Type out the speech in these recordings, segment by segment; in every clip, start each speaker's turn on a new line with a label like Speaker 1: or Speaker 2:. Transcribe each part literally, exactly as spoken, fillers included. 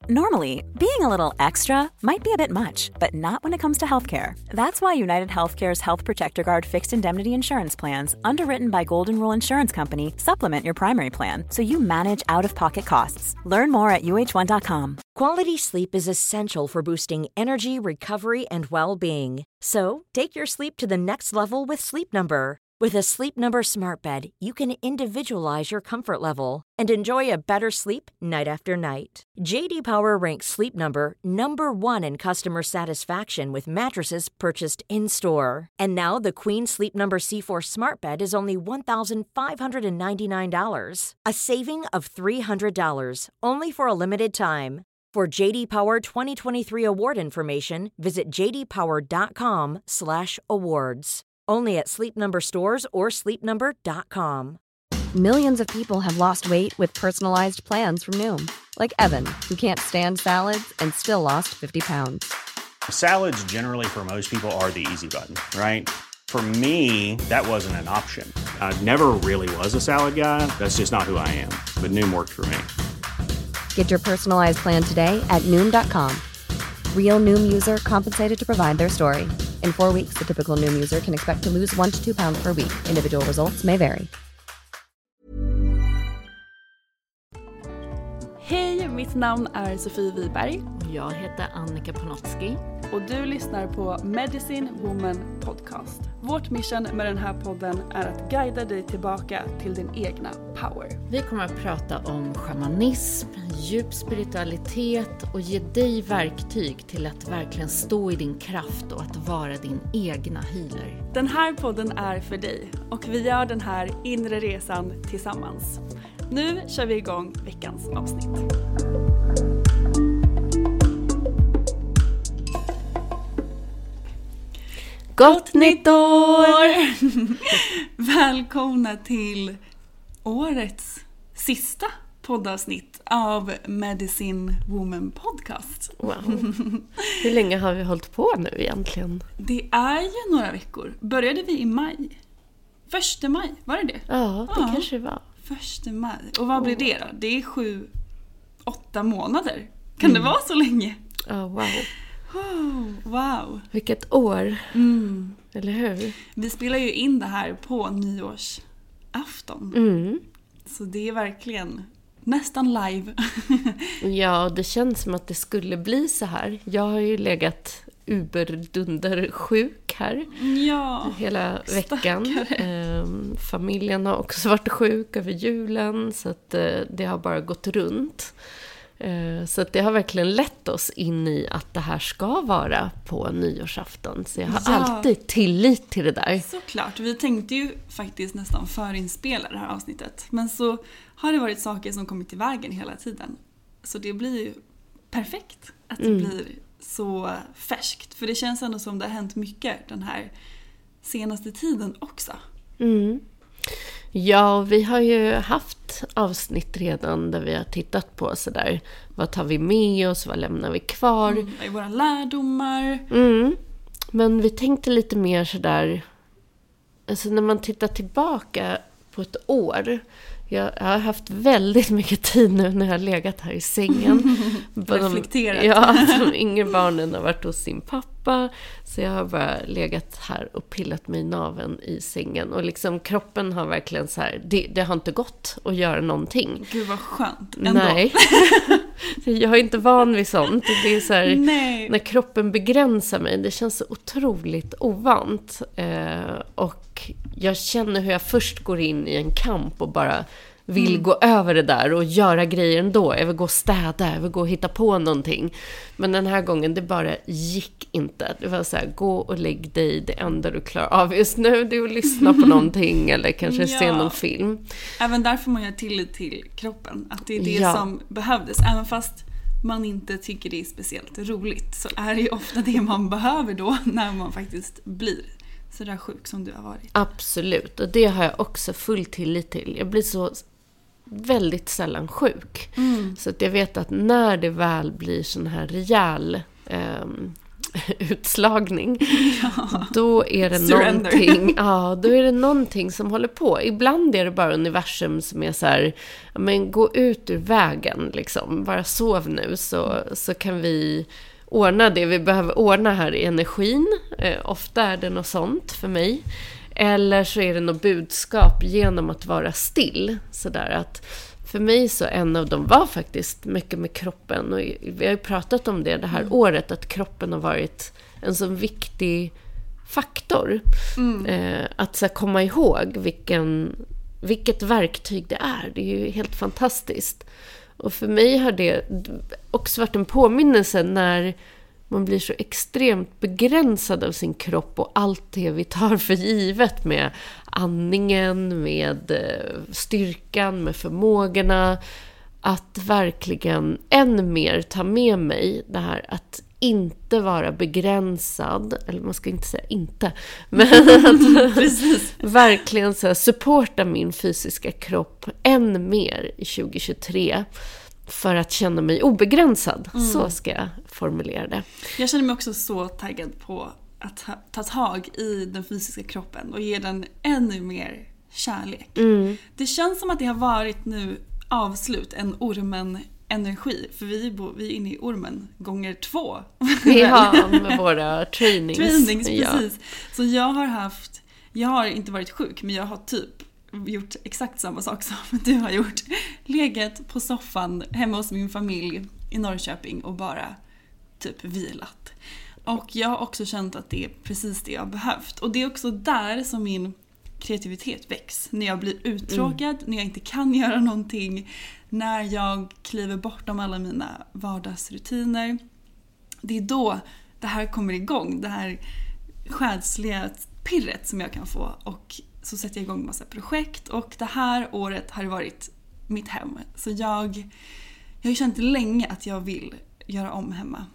Speaker 1: Normally, being a little extra might be a bit much, but not when it comes to healthcare. That's why United Healthcare's Health Protector Guard fixed indemnity insurance plans, underwritten by Golden Rule Insurance Company, supplement your primary plan so you manage out-of-pocket costs. Learn more at U H one dot com.
Speaker 2: Quality sleep is essential for boosting energy, recovery, and well-being. So, take your sleep to the next level with Sleep Number. With a Sleep Number smart bed, you can individualize your comfort level and enjoy a better sleep night after night. J D Power ranks Sleep Number number one in customer satisfaction with mattresses purchased in-store. And now the Queen Sleep Number C four smart bed is only one thousand five hundred ninety-nine dollars, a saving of three hundred dollars, only for a limited time. For J D Power twenty twenty-three award information, visit j d power dot com slash awards. Only at Sleep Number stores or sleep number dot com.
Speaker 3: Millions of people have lost weight with personalized plans from Noom. Like Evan, who can't stand salads and still lost fifty pounds.
Speaker 4: Salads generally for most people are the easy button, right? For me, that wasn't an option. I never really was a salad guy. That's just not who I am. But Noom worked for me.
Speaker 3: Get your personalized plan today at Noom dot com. Real Noom user compensated to provide their story. In four weeks, the typical Noom user can expect to lose one to two pounds per week. Individual results may vary.
Speaker 5: Hej, mitt namn är Sofie Wiberg.
Speaker 6: Jag heter Annika Panotski.
Speaker 5: Och du lyssnar på Medicine Woman Podcast. Vårt mission med den här podden är att guida dig tillbaka till din egna power.
Speaker 6: Vi kommer att prata om shamanism, djup spiritualitet och ge dig verktyg till att verkligen stå i din kraft och att vara din egna healer.
Speaker 5: Den här podden är för dig och vi gör den här inre resan tillsammans. Nu kör vi igång veckans avsnitt. Gott nytt år! Välkomna till årets sista poddavsnitt av Medicine Woman Podcast.
Speaker 6: Wow. Hur länge har vi hållit på nu egentligen?
Speaker 5: Det är ju några veckor. Började vi i maj? Första maj, var det det?
Speaker 6: Ja, det
Speaker 5: ja.
Speaker 6: kanske var.
Speaker 5: Första maj. Och vad blir det då? Det är sju, åtta månader. Kan mm. det vara så länge?
Speaker 6: Ja, oh, wow.
Speaker 5: Oh, wow.
Speaker 6: Vilket år.
Speaker 5: Mm.
Speaker 6: Eller hur?
Speaker 5: Vi spelar ju in det här på nyårsafton.
Speaker 6: Mm.
Speaker 5: Så det är verkligen nästan live.
Speaker 6: Ja, det känns som att det skulle bli så här. Jag har ju legat uberdunder sjuk här.
Speaker 5: Ja.
Speaker 6: Hela veckan. Eh, familjen har också varit sjuk över julen. Så att eh, det har bara gått runt. Så att det har verkligen lett oss in i att det här ska vara på nyårsafton. Så jag har ja. alltid tillit till det där.
Speaker 5: Såklart. Vi tänkte ju faktiskt nästan förinspela det här avsnittet. Men så har det varit saker som kommit i vägen hela tiden. Så det blir ju perfekt att det mm. blir så färskt. För det känns ändå som det har hänt mycket den här senaste tiden också.
Speaker 6: Mm. Ja, vi har ju haft avsnitt redan där vi har tittat på sådär. Vad tar vi med oss? Vad lämnar vi kvar?
Speaker 5: Mm, vad är våra lärdomar?
Speaker 6: Mm. Men vi tänkte lite mer sådär. Alltså när man tittar tillbaka på ett år. Jag har haft väldigt mycket tid nu när jag har legat här i sängen.
Speaker 5: Reflekterat.
Speaker 6: Ja, alltså, ingen barnen har varit hos sin pappa. Så jag har bara legat här och pillat mig i naven i sängen. Och liksom kroppen har verkligen så här, det, det har inte gått att göra någonting.
Speaker 5: Gud vad skönt ändå.
Speaker 6: Nej, jag är inte van vid sånt. Det är så här,
Speaker 5: nej.
Speaker 6: När kroppen begränsar mig, det känns så otroligt ovant. Eh, och jag känner hur jag först går in i en kamp och bara vill mm. gå över det där och göra grejer ändå. Jag vill gå och städa, jag vill gå och hitta på någonting. Men den här gången, det bara gick inte. Det var så här, gå och lägg dig. Det enda du klarar av just nu, det är att lyssna på någonting eller kanske ja. se någon film.
Speaker 5: Även där får man ju tillit till kroppen. Att det är det
Speaker 6: ja.
Speaker 5: som behövdes. Även fast man inte tycker det är speciellt roligt, så är det ju ofta det man behöver då när man faktiskt blir så där sjuk som du har varit.
Speaker 6: Absolut, och det har jag också full tillit till. Jag blir så väldigt sällan sjuk. Mm. Så att jag vet att när det väl blir sån här rejäl eh, utslagning, ja. då är det
Speaker 5: Surrender.
Speaker 6: någonting, ja, då är det någonting som håller på. Ibland är det bara universum som är så här, ja, men gå ut ur vägen liksom, bara sov nu så, så kan vi ordna det vi behöver ordna här i energin. Eh, ofta är det något sånt för mig. Eller så är det något budskap genom att vara still. Sådär att för mig så en av dem var faktiskt mycket med kroppen. Och vi har ju pratat om det det här mm. året. Att kroppen har varit en så viktig faktor. Mm. Eh, att så komma ihåg vilken, vilket verktyg det är. Det är ju helt fantastiskt. Och för mig har det också varit en påminnelse när man blir så extremt begränsad av sin kropp och allt det vi tar för givet med andningen, med styrkan, med förmågorna. Att verkligen än mer ta med mig det här att inte vara begränsad, eller man ska inte säga inte, men att Precis. verkligen så här, supporta min fysiska kropp än mer i tjugohundratjugotre för att känna mig obegränsad. Mm. Så ska jag formulera det.
Speaker 5: Jag känner mig också så taggad på att ta, ta tag i den fysiska kroppen och ge den ännu mer kärlek. Mm. Det känns som att det har varit nu avslut, en ormen-energi. För vi, bo, vi är inne i ormen gånger två.
Speaker 6: Vi har med våra trainings.
Speaker 5: Trainings, precis. Ja. Så jag har haft, jag har inte varit sjuk, men jag har typ gjort exakt samma sak som du har gjort. Legat på soffan hemma hos min familj i Norrköping och bara typ vilat. Och jag har också känt att det är precis det jag har behövt. Och det är också där som min kreativitet väcks. När jag blir uttråkad, mm. när jag inte kan göra någonting, när jag kliver bortom alla mina vardagsrutiner. Det är då det här kommer igång, det här själsliga pirret som jag kan få. Och så sätter jag igång en massa projekt, och det här året har det varit mitt hem. Så jag, jag har ju känt länge att jag vill göra om hemma.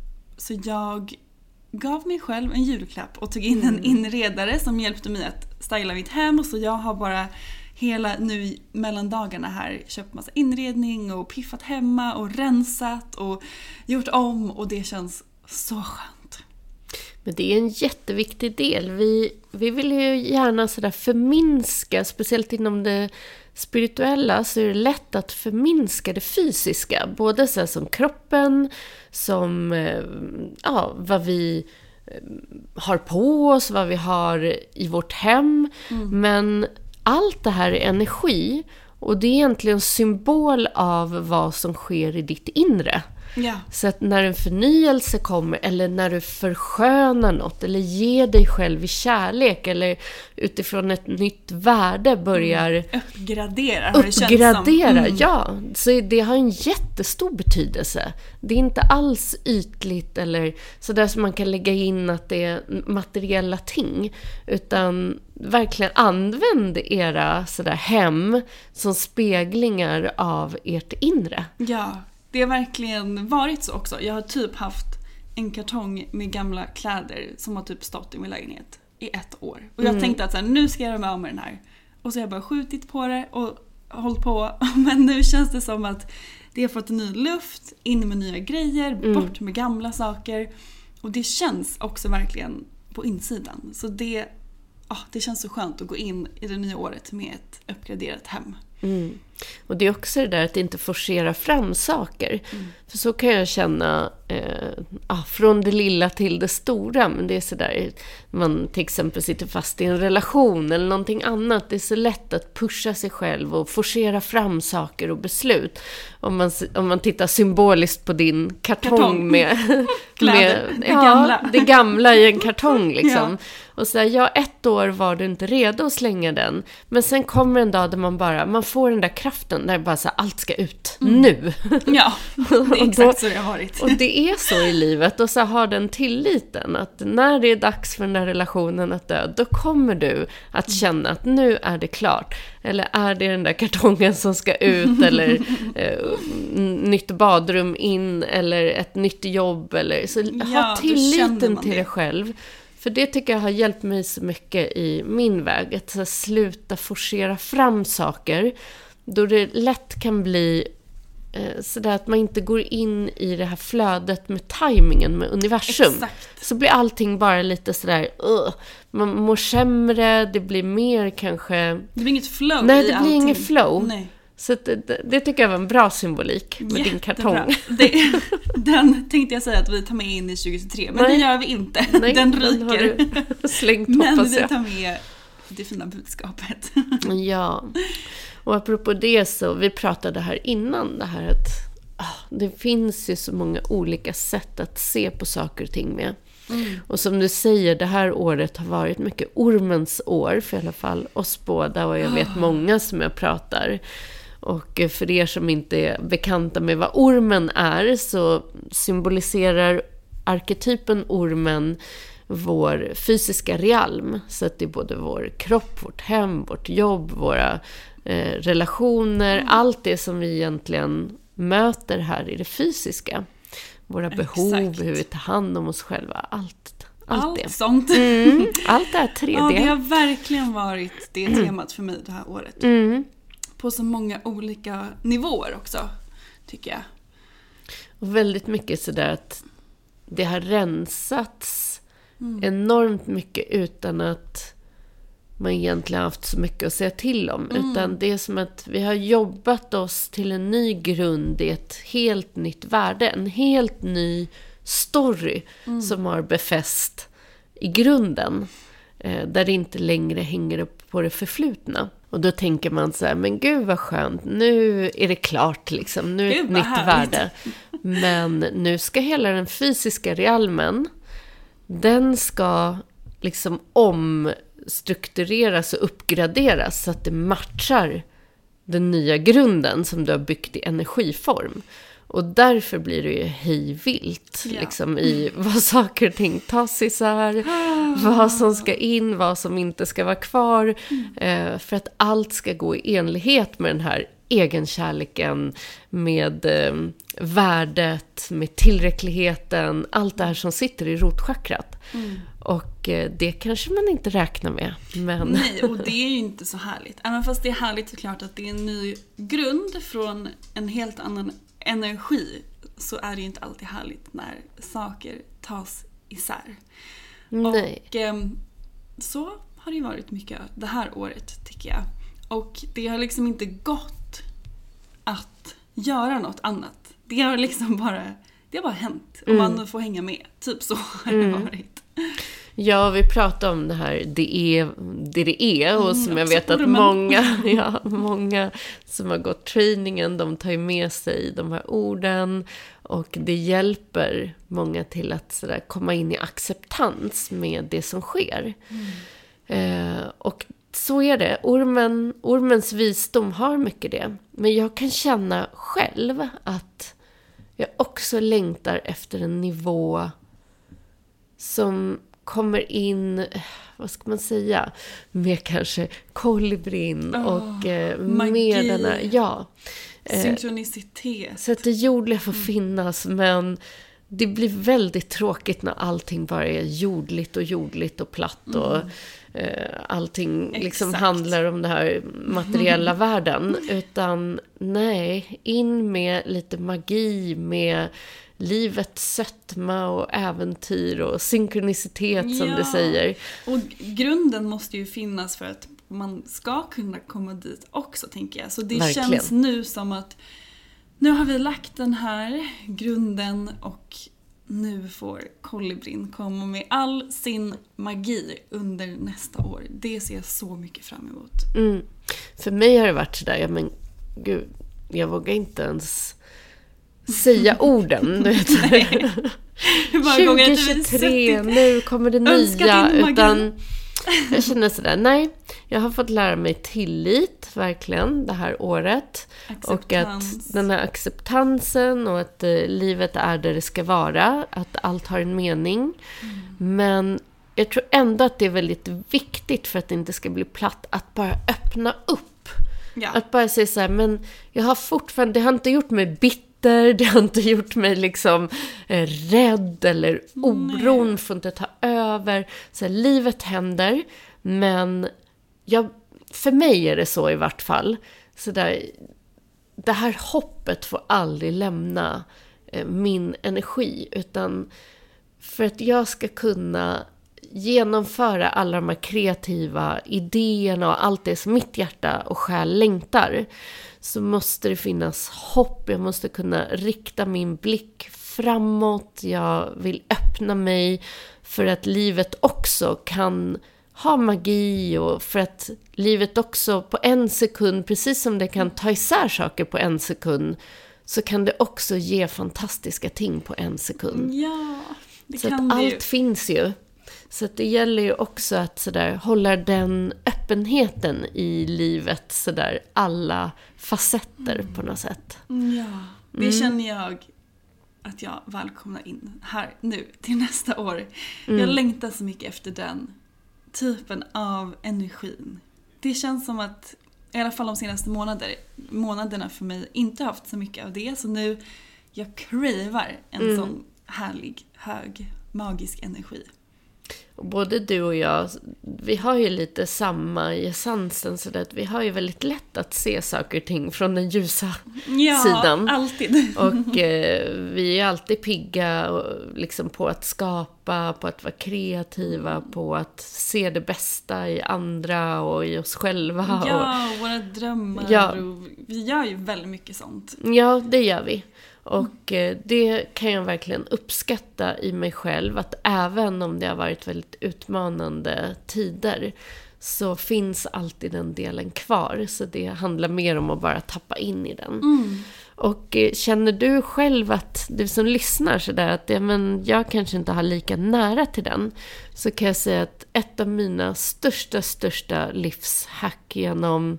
Speaker 5: Så jag gav mig själv en julklapp och tog in en inredare som hjälpte mig att styla mitt hem. Så jag har bara hela nu mellan dagarna här köpt massa inredning och piffat hemma och rensat och gjort om, och det känns så skönt.
Speaker 6: Men det är en jätteviktig del. Vi, vi vill ju gärna sådär förminska, speciellt inom det spirituella så är det lätt att förminska det fysiska. Både så som kroppen, som ja, vad vi har på oss, vad vi har i vårt hem. Mm. Men allt det här är energi, och det är egentligen symbol av vad som sker i ditt inre. Ja. Så att när en förnyelse kommer, eller när du förskönar något, eller ger dig själv i kärlek, eller utifrån ett nytt värde börjar
Speaker 5: mm. uppgradera, har det
Speaker 6: uppgradera
Speaker 5: känts som. Mm.
Speaker 6: Ja, så det har en jättestor betydelse. Det är inte alls ytligt eller sådär som man kan lägga in att det är materiella ting, utan verkligen använd era sådär hem som speglingar av ert inre.
Speaker 5: Ja. Det har verkligen varit så också. Jag har typ haft en kartong med gamla kläder som har typ stått i min lägenhet i ett år. Och jag mm. tänkte att så här, nu ska jag göra mig av med den här. Och så har jag bara skjutit på det och hållit på. Men nu känns det som att det har fått en ny luft, in med nya grejer, mm. bort med gamla saker. Och det känns också verkligen på insidan. Så det, oh, det känns så skönt att gå in i det nya året med ett uppgraderat hem.
Speaker 6: Mm. Och det är också det där att inte forcera fram saker. Mm. För så kan jag känna eh, ah, från det lilla till det stora. Men det är så där, man till exempel sitter fast i en relation eller någonting annat. Det är så lätt att pusha sig själv och forcera fram saker och beslut. Om man, om man tittar symboliskt på din kartong, kartong. med,
Speaker 5: Kläder,
Speaker 6: med
Speaker 5: det,
Speaker 6: ja,
Speaker 5: gamla.
Speaker 6: det gamla i en kartong liksom.
Speaker 5: Ja.
Speaker 6: Och så här, ja, ett år var du inte redo att slänga den. Men sen kommer en dag där man bara, man får den där kraften där bara så här, allt ska ut mm. nu.
Speaker 5: Ja, det är exakt då, så det har varit.
Speaker 6: Och det är så i livet. Och så har den tilliten att när det är dags för den där relationen att dö, då kommer du att känna att nu är det klart. Eller är det den där kartongen som ska ut, eller eh, nytt badrum in, eller ett nytt jobb. Eller, så
Speaker 5: ja,
Speaker 6: ha tilliten till
Speaker 5: det.
Speaker 6: dig själv. För det tycker jag har hjälpt mig så mycket i min väg. Att så sluta forcera fram saker. Då det lätt kan bli sådär att man inte går in i det här flödet med tajmingen med universum.
Speaker 5: Exakt.
Speaker 6: Så blir allting bara lite sådär, uh, man mår sämre, det blir mer kanske...
Speaker 5: Det blir inget flow.
Speaker 6: Nej,
Speaker 5: i
Speaker 6: det blir
Speaker 5: allting.
Speaker 6: inget flow.
Speaker 5: Nej.
Speaker 6: Så det, det, det tycker jag var en bra symbolik med
Speaker 5: Jättebra.
Speaker 6: din kartong.
Speaker 5: Det, den tänkte jag säga att vi tar med in i tjugohundratjugotre, men
Speaker 6: Nej.
Speaker 5: det gör vi inte.
Speaker 6: Nej,
Speaker 5: den
Speaker 6: den har
Speaker 5: ryker.
Speaker 6: du slängt,
Speaker 5: Men
Speaker 6: hoppas
Speaker 5: vi
Speaker 6: jag.
Speaker 5: tar med det fina budskapet.
Speaker 6: Ja, och apropå det så, vi pratade här innan det här att ah, det finns ju så många olika sätt att se på saker och ting med. Mm. Och som du säger, det här året har varit mycket ormens år, för i alla fall oss båda, och jag vet oh. många som jag pratar. Och för er som inte är bekanta med vad ormen är, så symboliserar arketypen ormen vår fysiska realm. Så att det är både vår kropp, vårt hem, vårt jobb, våra eh, relationer, mm. allt det som vi egentligen möter här i det fysiska. Våra behov,
Speaker 5: Exakt.
Speaker 6: hur vi tar hand om oss själva, allt, allt,
Speaker 5: Allt
Speaker 6: det.
Speaker 5: sånt.
Speaker 6: Mm, allt det här tre D.
Speaker 5: Ja, det har verkligen varit det temat för mig det här året.
Speaker 6: Mm.
Speaker 5: På så många olika nivåer också, tycker jag.
Speaker 6: Och väldigt mycket sådär att det har rensats
Speaker 5: Mm.
Speaker 6: enormt mycket utan att man egentligen haft så mycket att säga till om.
Speaker 5: Mm.
Speaker 6: Utan det är som att vi har jobbat oss till en ny grund i ett helt nytt värde. En helt ny story mm. som har befäst i grunden. Eh, där det inte längre hänger upp på det förflutna. Och då tänker man så här, men gud vad skönt, nu är det klart liksom, nu är det ett nytt
Speaker 5: härligt.
Speaker 6: värde. Men nu ska hela den fysiska realmen, den ska liksom omstruktureras och uppgraderas så att det matchar den nya grunden som du har byggt i energiform. Och därför blir det ju hejvilt
Speaker 5: ja.
Speaker 6: liksom, i vad saker och ting tas isär, ah. vad som ska in, vad som inte ska vara kvar. Mm. Eh, för att allt ska gå i enlighet med den här egenkärleken, med eh, värdet, med tillräckligheten, allt det här som sitter i rotchakrat. Mm. Och eh, det kanske man inte räknar med. Men...
Speaker 5: Nej, och det är ju inte så härligt. Även fast det är härligt såklart att det är en ny grund från en helt annan energi, så är det ju inte alltid härligt när saker tas isär.
Speaker 6: Nej.
Speaker 5: Och eh, så har det ju varit mycket det här året, tycker jag. Och det har liksom inte gått att göra något annat. Det har liksom bara, det har bara hänt. Och mm. man får hänga med. Typ så har det mm. varit.
Speaker 6: Ja, vi pratar om det här, det är det det är. Och som mm, jag vet att många, ja, många som har gått träningen, de tar ju med sig de här orden. Och det hjälper många till att sådär, komma in i acceptans med det som sker. Mm. Eh, och så är det. Ormen, ormens visdom har mycket det. Men jag kan känna själv att jag också längtar efter en nivå som kommer in, vad ska man säga, med kanske kolibrin oh, och eh, med denna, ja.
Speaker 5: Synkronicitet.
Speaker 6: Eh, så att det jordliga får finnas, men det blir väldigt tråkigt när allting bara är jordligt och jordligt och platt mm. och eh, allting liksom handlar om den här materiella mm. världen. Utan nej, in med lite magi, med livets sötma och äventyr och synkronicitet som
Speaker 5: ja.
Speaker 6: du säger.
Speaker 5: Och grunden måste ju finnas för att man ska kunna komma dit också, tänker jag. Så det
Speaker 6: verkligen.
Speaker 5: Känns nu som att nu har vi lagt den här grunden och nu får kolibrin komma med all sin magi under nästa år. Det ser jag så mycket fram emot.
Speaker 6: Mm. För mig har det varit sådär, ja men gud, jag vågar inte ens säga orden. Du vet. tjugohundratjugotre, nu kommer det nya. Utan jag känner sådär, nej, jag har fått lära mig tillit, verkligen, det här året. Acceptans. Och att den här acceptansen och att eh, livet är där det ska vara. Att allt har en mening. Mm. Men jag tror ändå att det är väldigt viktigt för att det inte ska bli platt att bara öppna upp. Ja. Att bara säga så här, men jag har fortfarande, det har inte gjort mig bitter, det har inte gjort mig liksom eh, rädd eller oron får inte ta över. Så här, livet händer, men jag, för mig är det så i vart fall. Så där, det här hoppet får aldrig lämna eh, min energi, utan för att jag ska kunna genomföra alla de här kreativa idéerna och allt det som mitt hjärta och själ längtar, så måste det finnas hopp. Jag måste kunna rikta min blick framåt. Jag vill öppna mig för att livet också kan ha magi, och för att livet också på en sekund, precis som det kan ta isär saker på en sekund, så kan det också ge fantastiska ting på en sekund.
Speaker 5: Ja, det
Speaker 6: så
Speaker 5: kan
Speaker 6: att
Speaker 5: det ju.
Speaker 6: allt finns ju. Så att det gäller ju också att sådär, hålla den öppenheten i livet, sådär, alla facetter mm. på något sätt.
Speaker 5: Ja, det mm. känner jag att jag välkomnar in här nu till nästa år. Mm. Jag längtar så mycket efter den typen av energin. Det känns som att i alla fall de senaste månader, månaderna för mig inte haft så mycket av det. Så nu jag cravar en mm. sån härlig, hög, magisk energi.
Speaker 6: Och både du och jag, vi har ju lite samma i essensen, så att vi har ju väldigt lätt att se saker och ting från den ljusa
Speaker 5: ja,
Speaker 6: sidan.
Speaker 5: Ja, alltid.
Speaker 6: Och eh, vi är alltid pigga och, liksom, på att skapa, på att vara kreativa, på att se det bästa i andra och i oss själva.
Speaker 5: Ja,
Speaker 6: och
Speaker 5: våra drömmar.
Speaker 6: Ja.
Speaker 5: Och vi gör ju väldigt mycket sånt.
Speaker 6: Ja, det gör vi. Och det kan jag verkligen uppskatta i mig själv, att även om det har varit väldigt utmanande tider, så finns alltid den delen kvar. Så det handlar mer om att bara tappa in i den. Mm. Och känner du själv att du som lyssnar sådär att ja, men jag kanske inte har lika nära till den, så kan jag säga att ett av mina största, största livshack genom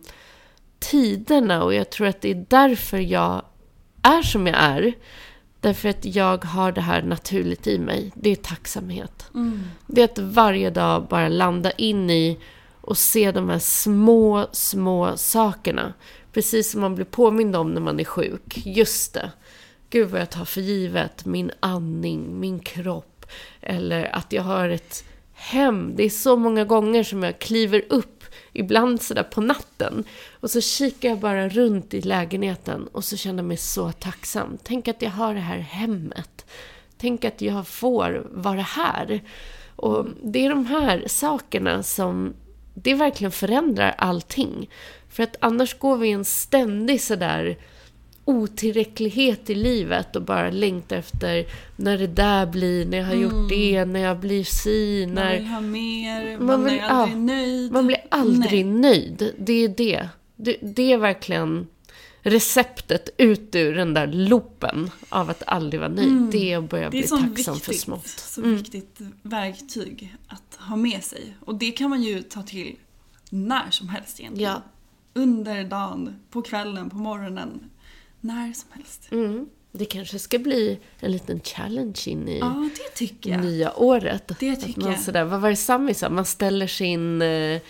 Speaker 6: tiderna, och jag tror att det är därför jag är som jag är, därför att jag har det här naturligt i mig, det är tacksamhet. Mm. Det är att varje dag bara landa in i och se de här små, små sakerna. Precis som man blir påmind om när man är sjuk. Just det. Gud vad jag tar för givet. Min andning, min kropp. Eller att jag har ett hem. Det är så många gånger som jag kliver upp. Ibland sådär på natten. Och så kikar jag bara runt i lägenheten. Och så känner jag mig så tacksam. Tänk att jag har det här hemmet. Tänk att jag får vara här. Och det är de här sakerna som... Det verkligen förändrar allting. För att annars går vi en ständig sådär otillräcklighet i livet och bara längtar efter när det där blir, när jag har mm. gjort det, när jag blir si, när...
Speaker 5: Man vill ha mer, man,
Speaker 6: man
Speaker 5: blir
Speaker 6: vill,
Speaker 5: aldrig
Speaker 6: ja,
Speaker 5: nöjd.
Speaker 6: Man blir aldrig
Speaker 5: Nej.
Speaker 6: nöjd. Det är det. det. Det är verkligen receptet ut ur den där loopen av att aldrig vara nöjd. Mm. Det är att börja bli tacksam viktigt, för smått.
Speaker 5: Så mm. viktigt verktyg att ha med sig. Och det kan man ju ta till när som helst egentligen.
Speaker 6: Ja.
Speaker 5: Under dagen, på kvällen, på morgonen. När som helst.
Speaker 6: Mm. Det kanske ska bli en liten challenge in i
Speaker 5: ja, det tycker jag.
Speaker 6: nya året.
Speaker 5: Det tycker
Speaker 6: man
Speaker 5: jag.
Speaker 6: Sådär, vad var det Sami sa? Man ställer sin eh,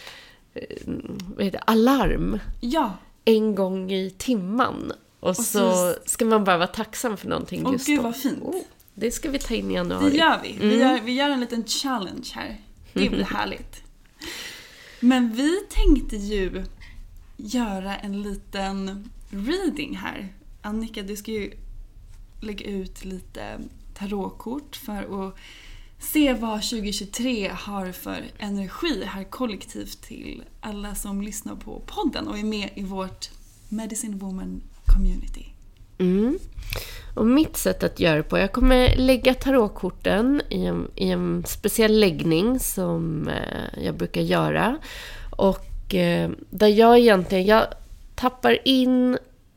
Speaker 6: vad heter det, alarm
Speaker 5: ja.
Speaker 6: en gång i timman. Och, och så, så ska man bara vara tacksam för någonting
Speaker 5: och
Speaker 6: just
Speaker 5: gud
Speaker 6: då.
Speaker 5: Vad fint.
Speaker 6: Oh, det ska vi ta in i januari.
Speaker 5: Det gör vi.
Speaker 6: Mm.
Speaker 5: Vi, gör, vi gör en liten challenge här. Det blir härligt. Men vi tänkte ju göra en liten reading här. Annika, du ska ju lägga ut lite tarotkort för att se vad tjugohundratjugotre har för energi här kollektivt till alla som lyssnar på podden och är med i vårt Medicine Woman community.
Speaker 6: Mm. Och mitt sätt att göra på, jag kommer lägga tarotkorten i en, i en speciell läggning som eh, jag brukar göra. Och eh, där jag egentligen, jag tappar in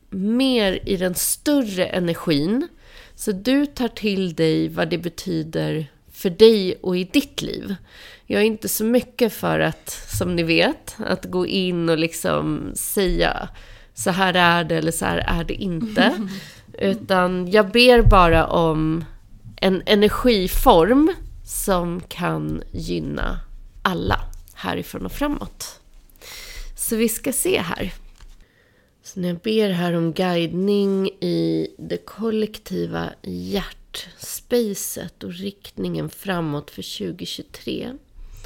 Speaker 6: mer i den större energin. Så du tar till dig vad det betyder för dig och i ditt liv. Jag är inte så mycket för att, som ni vet, att gå in och liksom säga så här är det eller så här är det inte. Utan jag ber bara om en energiform som kan gynna alla härifrån och framåt. Så vi ska se här. Så när jag ber här om guidning i det kollektiva hjärtspacet och riktningen framåt för tjugohundratjugotre.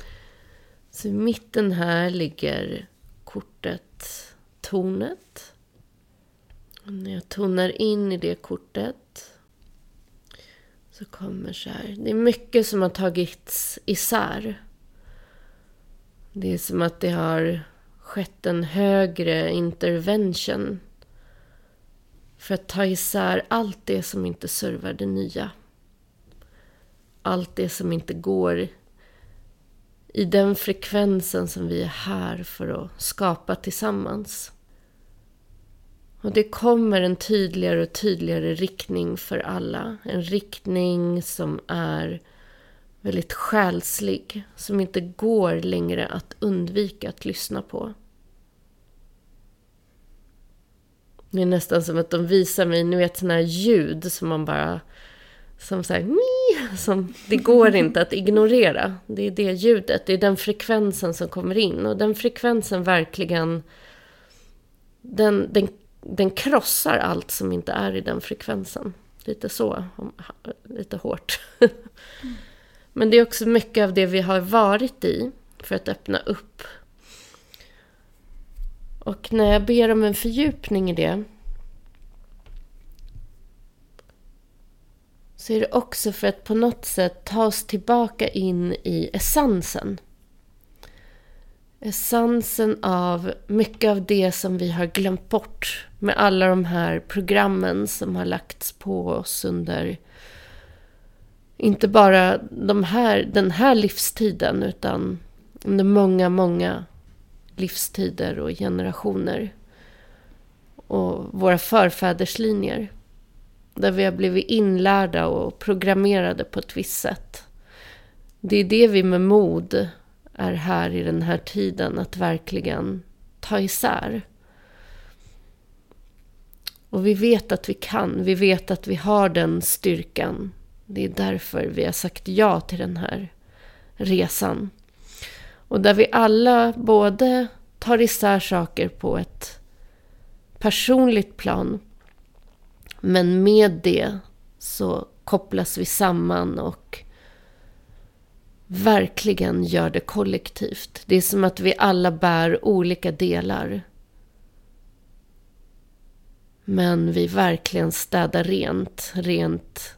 Speaker 6: Så i mitten här ligger kortet tornet. Och när jag tonar in i det kortet så kommer så här. Det är mycket som har tagits isär. Det är som att det har skett en högre intervention för att ta isär allt det som inte servar det nya. Allt det som inte går i den frekvensen som vi är här för att skapa tillsammans. Och det kommer en tydligare och tydligare riktning för alla. En riktning som är väldigt själslig. Som inte går längre att undvika att lyssna på. Det är nästan som att de visar mig, ni vet, sådana här ljud som man bara... Som så här, som det går inte att ignorera. Det är det ljudet, det är den frekvensen som kommer in. Och den frekvensen verkligen... Den, den, den krossar allt som inte är i den frekvensen. Lite så, lite hårt. Men det är också mycket av det vi har varit i för att öppna upp. Och när jag ber om en fördjupning i det så är det också för att på något sätt ta oss tillbaka in i essensen. Essensen av mycket av det som vi har glömt bort med alla de här programmen som har lagts på oss under inte bara de här, den här livstiden utan under många, många livstider och generationer. Och våra förfäders linjer. Där vi har blivit inlärda och programmerade på ett visst sätt. Det är det vi med mod är här i den här tiden att verkligen ta isär. Och vi vet att vi kan. Vi vet att vi har den styrkan. Det är därför vi har sagt ja till den här resan. Och där vi alla både tar isär saker på ett personligt plan. Men med det så kopplas vi samman och verkligen gör det kollektivt. Det är som att vi alla bär olika delar. Men vi verkligen städar rent, rent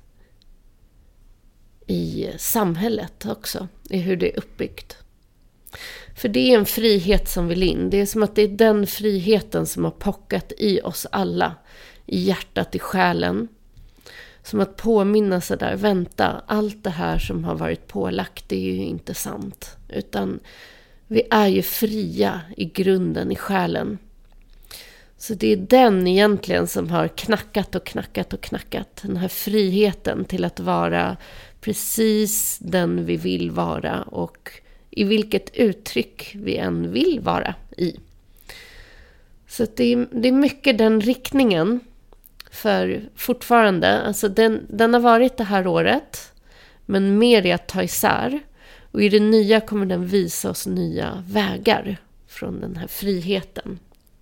Speaker 6: i samhället också, i hur det är uppbyggt. För det är en frihet som vill in. Det är som att det är den friheten som har pockat i oss alla. I hjärtat, i själen. Som att påminna sig där, vänta, allt det här som har varit pålagt, det är ju inte sant. Utan vi är ju fria i grunden, i själen. Så det är den egentligen som har knackat och knackat och knackat. Den här friheten till att vara precis den vi vill vara och i vilket uttryck vi än vill vara i. Så det är, det är mycket den riktningen. För fortfarande, alltså den, den har varit det här året, men mer i att ta isär. Och i det nya kommer den visa oss nya vägar från den här friheten.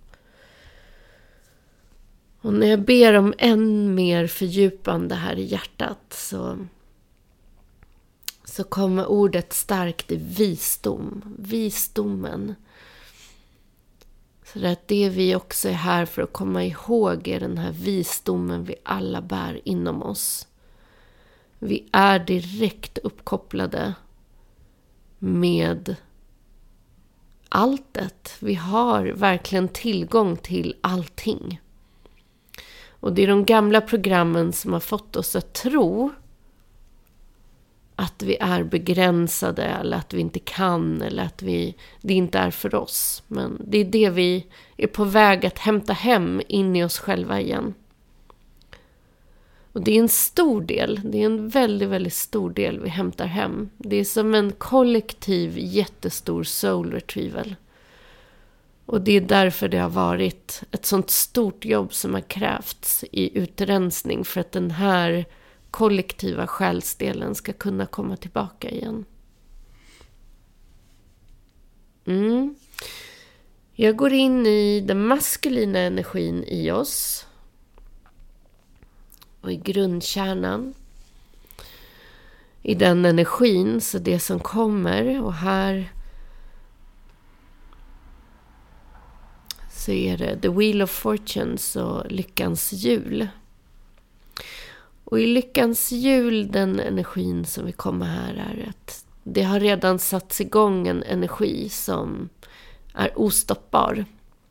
Speaker 6: Och när jag ber om än mer fördjupande här i hjärtat så, så kommer ordet starkt i visdom, visdomen. Så att det vi också är här för att komma ihåg är den här visdomen vi alla bär inom oss. Vi är direkt uppkopplade med alltet. Vi har verkligen tillgång till allting. Och det är de gamla programmen som har fått oss att tro att vi är begränsade eller att vi inte kan eller att vi, det inte är för oss. Men det är det vi är på väg att hämta hem in i oss själva igen. Och det är en stor del, det är en väldigt, väldigt stor del vi hämtar hem. Det är som en kollektiv, jättestor soul retrieval. Och det är därför det har varit ett sånt stort jobb som har krävts i utrensning för att den här kollektiva själsdelen ska kunna komma tillbaka igen. Mm. Jag går in i den maskulina energin i oss. Och i grundkärnan. I den energin, så det som kommer. Och här så är det The Wheel of Fortunes och Lyckans hjul. Och i Lyckans hjul, den energin som vi kommer här, är att det har redan satts igång en energi som är ostoppbar.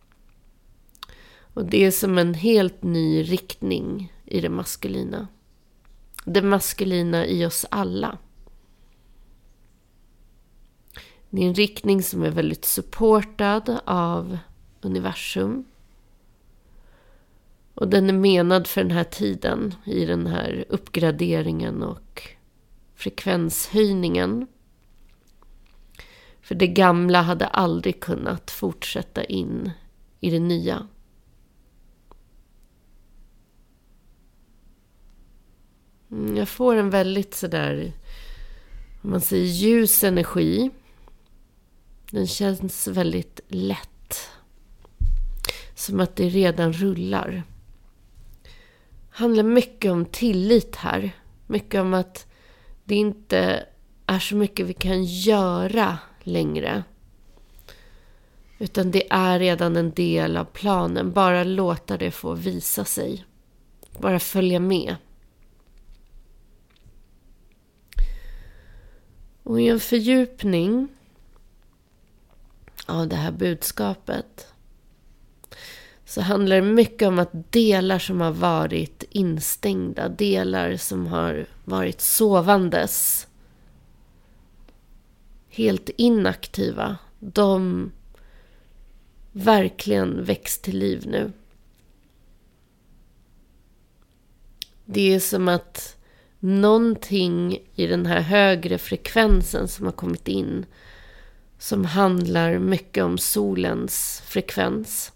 Speaker 6: Och det är som en helt ny riktning i det maskulina. Det maskulina i oss alla. Det är en riktning som är väldigt supportad av universum. Och den är menad för den här tiden, i den här uppgraderingen och frekvenshöjningen. För det gamla hade aldrig kunnat fortsätta in i det nya. Jag får en väldigt sådär, om man säger, ljus energi. Den känns väldigt lätt. Som att det redan rullar. Handlar mycket om tillit här. Mycket om att det inte är så mycket vi kan göra längre. Utan det är redan en del av planen. Bara låta det få visa sig. Bara följa med. Och i en fördjupning av det här budskapet så handlar det mycket om att delar som har varit instängda, delar som har varit sovandes, helt inaktiva, de verkligen väcks till liv nu. Det är som att någonting i den här högre frekvensen som har kommit in, som handlar mycket om solens frekvens.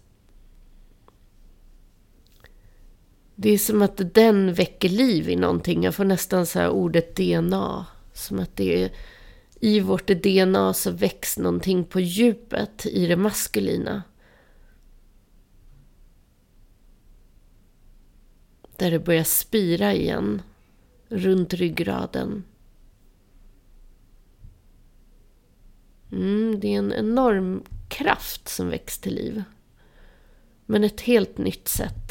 Speaker 6: Det är som att den väcker liv i någonting. Jag får nästan så här ordet D N A. Som att det är i vårt D N A så väcks någonting på djupet i det maskulina. Där det börjar spira igen. Runt ryggraden. Mm, det är en enorm kraft som väcks till liv. Men ett helt nytt sätt.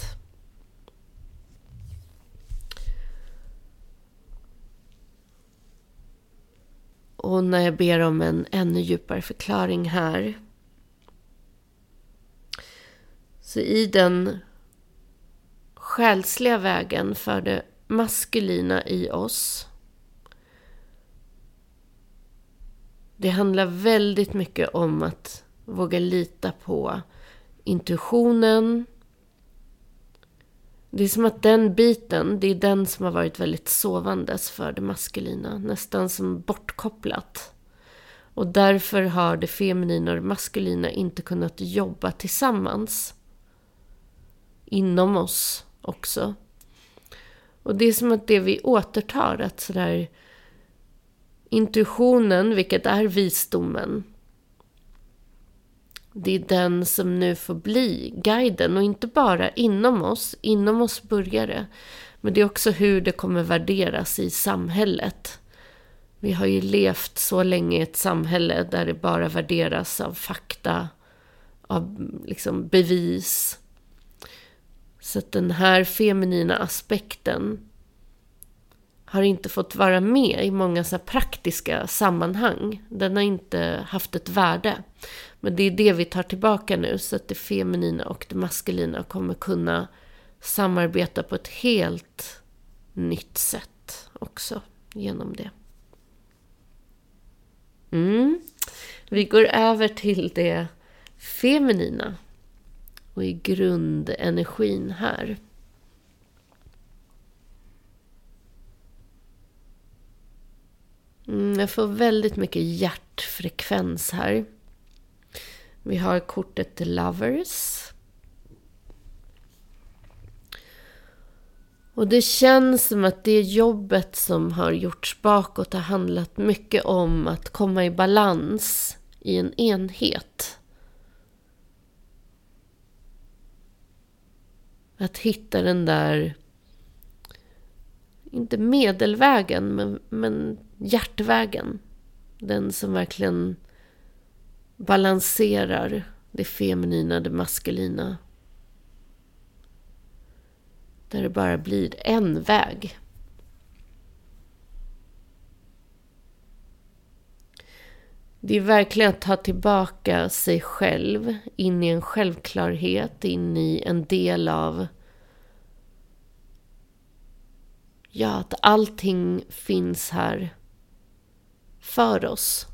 Speaker 6: Och när jag ber om en ännu djupare förklaring här. Så i den själsliga vägen för det maskulina i oss. Det handlar väldigt mycket om att våga lita på intuitionen. Det är som att den biten, det är den som har varit väldigt sovandes för det maskulina. Nästan som bortkopplat. Och därför har det feminina och det maskulina inte kunnat jobba tillsammans. Inom oss också. Och det är som att det vi återtar, att sådär intuitionen, vilket är visdomen, det är den som nu får bli guiden. Och inte bara inom oss, inom oss börjar det. Men det är också hur det kommer värderas i samhället. Vi har ju levt så länge i ett samhälle där det bara värderas av fakta, av liksom bevis. Så att den här feminina aspekten har inte fått vara med i många så här praktiska sammanhang. Den har inte haft ett värde. Men det är det vi tar tillbaka nu, så att det feminina och det maskulina kommer kunna samarbeta på ett helt nytt sätt också genom det. Mm. Vi går över till det feminina och i grundenergin här. Mm, jag får väldigt mycket hjärtfrekvens här. Vi har kortet The Lovers. Och det känns som att det jobbet som har gjorts bakåt har handlat mycket om att komma i balans i en enhet. Att hitta den där, inte medelvägen, men, men hjärtvägen. Den som verkligen balanserar det feminina, det maskulina. Där det bara blir en väg. Det är verkligen att ta tillbaka sig själv in i en självklarhet, in i en del av, ja, att allting finns här för oss.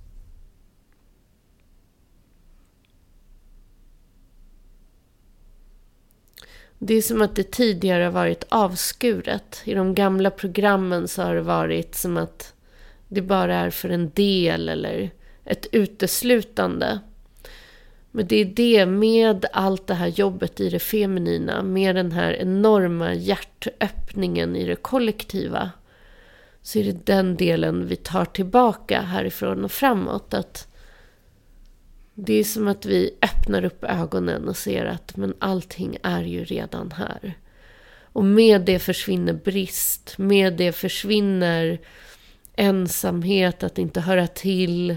Speaker 6: Det är som att det tidigare har varit avskuret. I de gamla programmen så har det varit som att det bara är för en del eller ett uteslutande. Men det är det med allt det här jobbet i det feminina, med den här enorma hjärtöppningen i det kollektiva, så är det den delen vi tar tillbaka härifrån och framåt. Att det är som att vi öppnar upp ögonen och ser att men allting är ju redan här. Och med det försvinner brist, med det försvinner ensamhet, att inte höra till,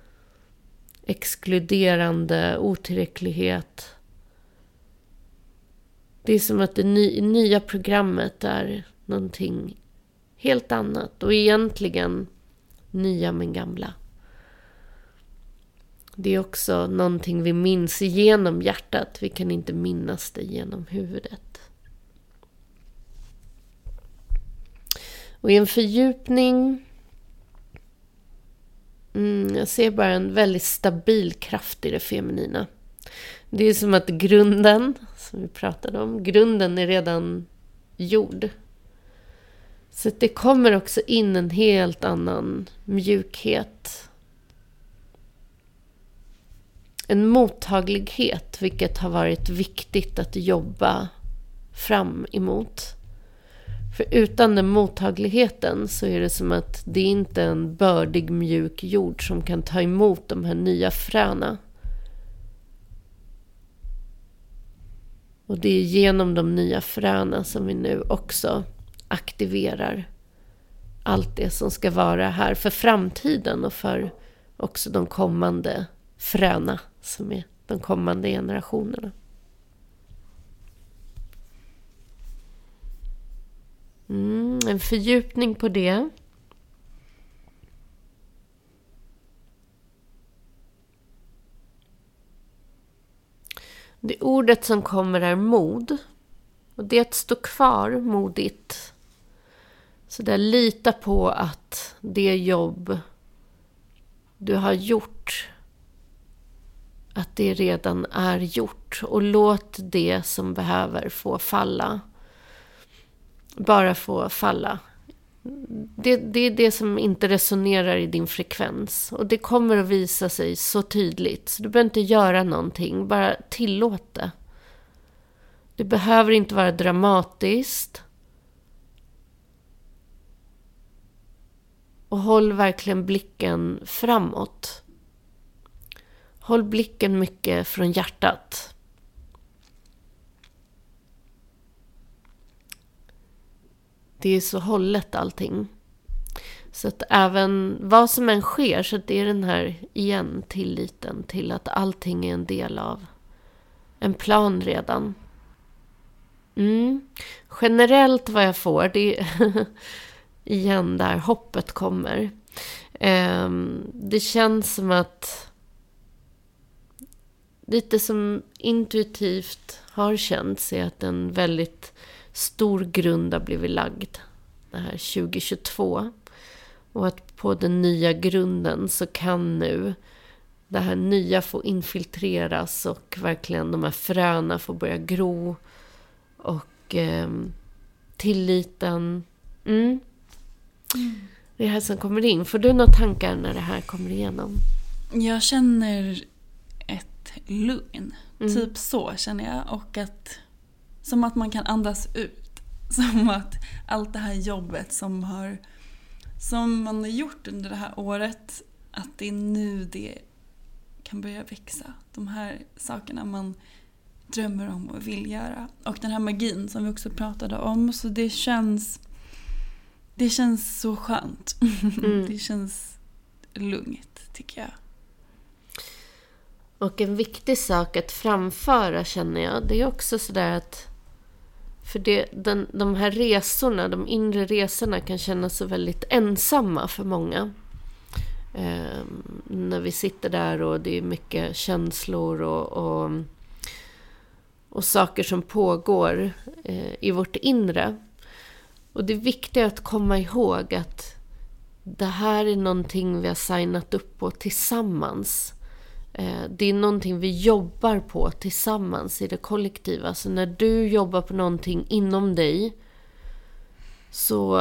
Speaker 6: exkluderande, otillräcklighet. Det är som att det ny, nya programmet är någonting helt annat. Och egentligen nya men gamla. Det är också någonting vi minns genom hjärtat. Vi kan inte minnas det genom huvudet. Och i en fördjupning, mm, jag ser bara en väldigt stabil kraft i det feminina. Det är som att grunden, som vi pratade om, grunden är redan gjord. Så det kommer också in en helt annan mjukhet. En mottaglighet, vilket har varit viktigt att jobba fram emot. För utan den mottagligheten så är det som att det inte är en bördig mjuk jord som kan ta emot de här nya fröna. Och det är genom de nya fröna som vi nu också aktiverar allt det som ska vara här för framtiden och för också de kommande fröna som är de kommande generationerna. Mm, en fördjupning på det. Det ordet som kommer är mod. Och det är att stå kvar modigt. Så där lita på att det jobb du har gjort, att det redan är gjort. Och låt det som behöver få falla bara få falla. Det, det är det som inte resonerar i din frekvens. Och det kommer att visa sig så tydligt. Så du behöver inte göra någonting. Bara tillåt det. Det behöver inte vara dramatiskt. Och håll verkligen blicken framåt. Håll blicken mycket från hjärtat. Det är så hållet allting. Så att även vad som än sker, så det är den här igen tilliten till att allting är en del av en plan redan. Mm. Generellt vad jag får, det är igen där hoppet kommer. Det känns som att lite som intuitivt har känts är att en väldigt stor grund har blivit lagd det här tjugo tjugotvå. Och att på den nya grunden så kan nu det här nya få infiltreras och verkligen de här fröna få börja gro. Och eh, tilliten. Mm. Mm. Det här som kommer in. Får du några tankar när det här kommer igenom?
Speaker 5: Jag känner ett lugn.
Speaker 6: Mm.
Speaker 5: Typ så känner jag. Och att som att man kan andas ut. Som att allt det här jobbet som har som man har gjort under det här året, att det är nu det kan börja växa. De här sakerna man drömmer om och vill göra. Och den här magin som vi också pratade om. Så det känns det känns så skönt. Mm. Det känns lugnt tycker jag.
Speaker 6: Och en viktig sak att framföra, känner jag, det är också sådär att för det, den, de här resorna, de inre resorna kan kännas så väldigt ensamma för många. Eh, när vi sitter där och det är mycket känslor och, och, och saker som pågår eh, i vårt inre. Och det är viktigt att komma ihåg att det här är någonting vi har signat upp på tillsammans. Det är någonting vi jobbar på tillsammans i det kollektiva. Så när du jobbar på någonting inom dig så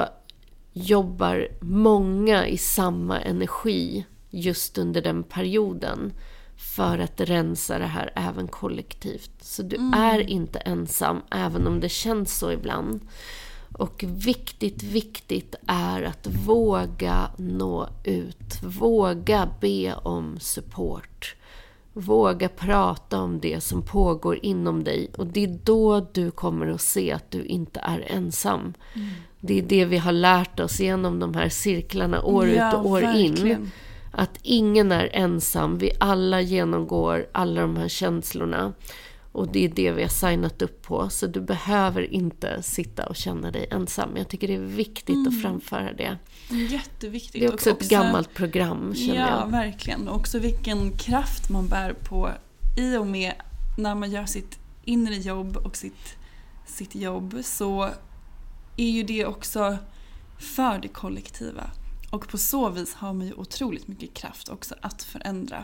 Speaker 6: jobbar många i samma energi just under den perioden för att rensa det här även kollektivt. Så du mm. är inte ensam, även om det känns så ibland. Och viktigt, viktigt är att våga nå ut. Våga be om support. Våga prata om det som pågår inom dig. Och det är då du kommer att se att du inte är ensam. Mm. Det är det vi har lärt oss genom de här cirklarna år ja, ut och år verkligen. in. Att ingen är ensam. Vi alla genomgår alla de här känslorna. Och det är det vi har signat upp på. Så du behöver inte sitta och känna dig ensam. Jag tycker det är viktigt mm. att framföra det.
Speaker 5: Jätteviktigt.
Speaker 6: Det är också, och också ett gammalt program, känner
Speaker 5: ja,
Speaker 6: jag.
Speaker 5: Ja, verkligen. Och också vilken kraft man bär på i och med när man gör sitt inre jobb och sitt, sitt jobb. Så är ju det också för det kollektiva. Och på så vis har man ju otroligt mycket kraft också att förändra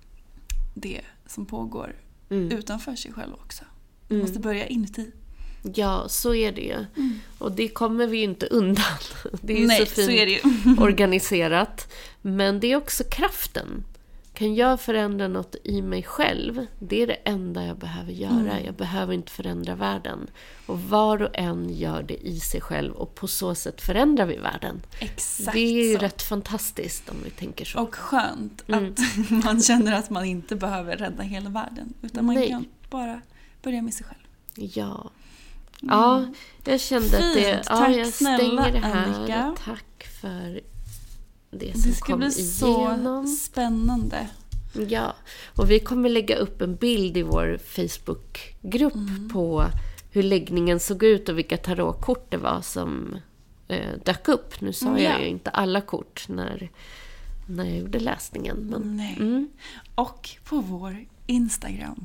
Speaker 5: det som pågår. Mm. Utanför sig själv också. Man mm. måste börja inuti.
Speaker 6: Ja, så är det ju. Mm. Och det kommer vi ju inte undan. Det är ju
Speaker 5: Nej,
Speaker 6: så fint
Speaker 5: så är det ju.
Speaker 6: organiserat. Men det är också kraften. Kan jag förändra något i mig själv? Det är det enda jag behöver göra. Mm. Jag behöver inte förändra världen. Och var och en gör det i sig själv. Och på så sätt förändrar vi världen.
Speaker 5: Exakt.
Speaker 6: Det är ju
Speaker 5: så.
Speaker 6: rätt fantastiskt om vi tänker så.
Speaker 5: Och skönt mm. att man känner att man inte behöver rädda hela världen. Utan man Nej. kan bara börja med sig själv.
Speaker 6: Ja. Mm. Ja, jag kände Fint. att det... Ja,
Speaker 5: Tack
Speaker 6: jag
Speaker 5: snälla,
Speaker 6: stänger det här.
Speaker 5: Annika.
Speaker 6: Tack för det som
Speaker 5: det ska
Speaker 6: kom
Speaker 5: bli
Speaker 6: igenom.
Speaker 5: Så spännande.
Speaker 6: Ja, och vi kommer lägga upp en bild i vår Facebookgrupp mm. på hur läggningen såg ut och vilka tarotkort det var som eh, dök upp. Nu sa mm, jag ja. ju inte alla kort när, när jag gjorde läsningen. Men,
Speaker 5: Nej.
Speaker 6: Mm.
Speaker 5: Och på vår Instagram.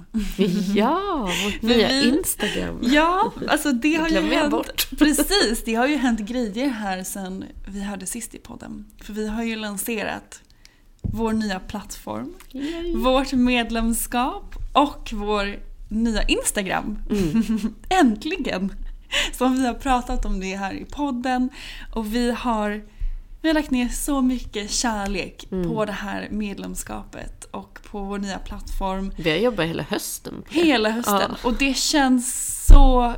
Speaker 6: Ja, vårt nya vi, Instagram.
Speaker 5: Ja, alltså det har ju hänt.
Speaker 6: Bort.
Speaker 5: Precis, det har ju hänt grejer här sen vi hörde sist i podden. För vi har ju lanserat vår nya plattform, Yay. vårt medlemskap och vår nya Instagram. Mm. Äntligen! Som vi har pratat om det här i podden. Och vi har, vi har lagt ner så mycket kärlek mm. på det här medlemskapet och på vår nya plattform.
Speaker 6: Vi har jobbat hela hösten.
Speaker 5: Hela hösten. Ja. Och det känns så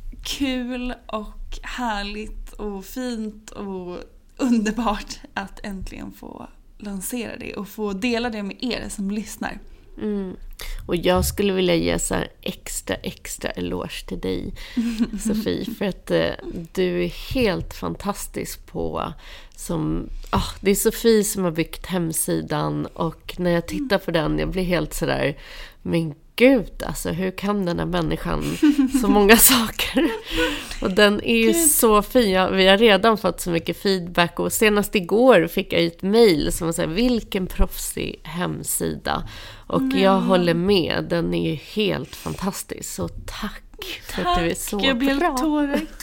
Speaker 5: kul och härligt och fint och underbart att äntligen få lansera det och få dela det med er som lyssnar.
Speaker 6: Mm. Och jag skulle vilja ge så här extra extra eloge till dig, Sofie, för att eh, du är helt fantastisk på som, ah, det är Sofie som har byggt hemsidan och när jag tittar på den jag blir helt sådär, men gud, alltså hur kan den här människan så många saker? Och den är ju gud. så fin. Ja, vi har redan fått så mycket feedback och senast igår fick jag ett mejl som säger vilken proffsig hemsida. Och Nej. jag håller med, den är ju helt fantastisk. Så tack, tack. för att du är så bra.
Speaker 5: Jag blir helt tårigt.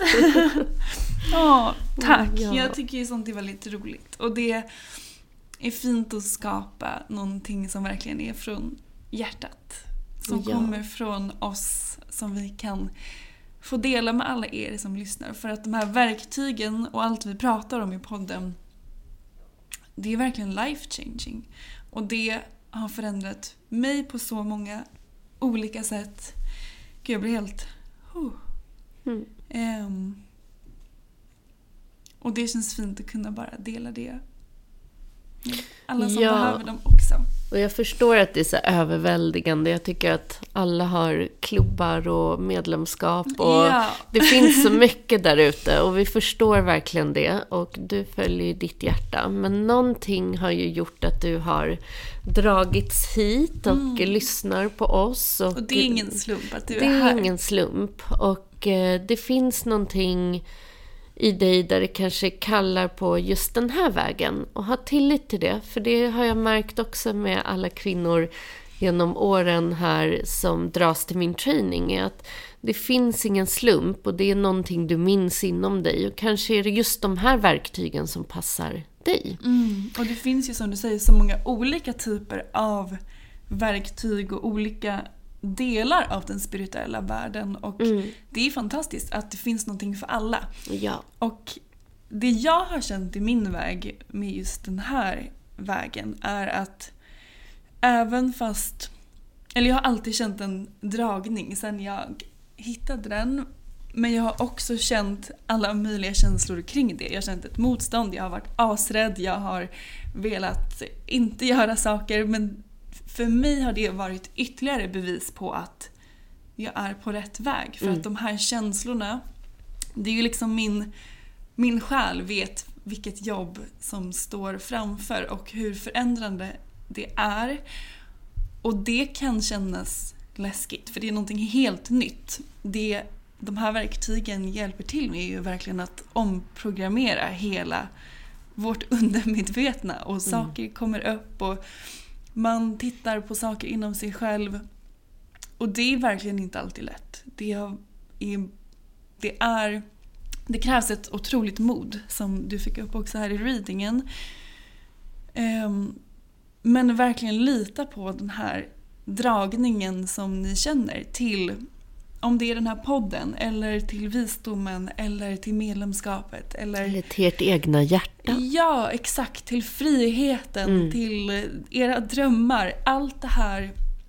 Speaker 5: Ja, tack. Ja. Jag tycker ju sånt är väldigt roligt. Och det är fint att skapa någonting som verkligen är från hjärtat. Som ja. kommer från oss, som vi kan få dela med alla er som lyssnar. För att de här verktygen och allt vi pratar om i podden, det är verkligen life-changing. Och det har förändrat mig på så många olika sätt. Gud, jag blir helt... Uh. Mm. Um, och det känns fint att kunna bara dela det Alla som
Speaker 6: Ja.
Speaker 5: behöver dem också.
Speaker 6: Och jag förstår att det är så överväldigande. Jag tycker att alla har klubbar och medlemskap. Och
Speaker 5: Ja.
Speaker 6: det finns så mycket där ute. Och vi förstår verkligen det. Och du följer ditt hjärta. Men någonting har ju gjort att du har dragits hit och mm. lyssnar på oss. Och,
Speaker 5: och det är ingen slump att du
Speaker 6: det
Speaker 5: är här.
Speaker 6: Det är ingen slump. Och eh, det finns någonting i dig där det kanske kallar på just den här vägen, och ha tillit till det, för det har jag märkt också med alla kvinnor genom åren här som dras till min training, är att det finns ingen slump och det är någonting du minns inom dig, och kanske är det just de här verktygen som passar dig.
Speaker 5: Mm. Och det finns ju, som du säger, så många olika typer av verktyg och olika delar av den spirituella världen, och mm. det är fantastiskt att det finns någonting för alla.
Speaker 6: Ja.
Speaker 5: Och det jag har känt i min väg med just den här vägen är att även fast, eller jag har alltid känt en dragning sen jag hittade den, men jag har också känt alla möjliga känslor kring det. Jag har känt ett motstånd, jag har varit asrädd, jag har velat inte göra saker, men för mig har det varit ytterligare bevis på att jag är på rätt väg. För mm. att de här känslorna, det är ju liksom min, min själ vet vilket jobb som står framför och hur förändrande det är. Och det kan kännas läskigt, för det är någonting helt nytt. Det, de här verktygen hjälper till med ju verkligen att omprogrammera hela vårt undermedvetna, och saker mm. kommer upp och man tittar på saker inom sig själv, och det är verkligen inte alltid lätt. Det är, det är det krävs ett otroligt mod, som du fick upp också här i readingen. Um, men verkligen lita på den här dragningen som ni känner till, om det är den här podden eller till visdomen eller till medlemskapet eller,
Speaker 6: eller till ert egna hjärta.
Speaker 5: Ja, exakt, till friheten, mm. till era drömmar. Allt det här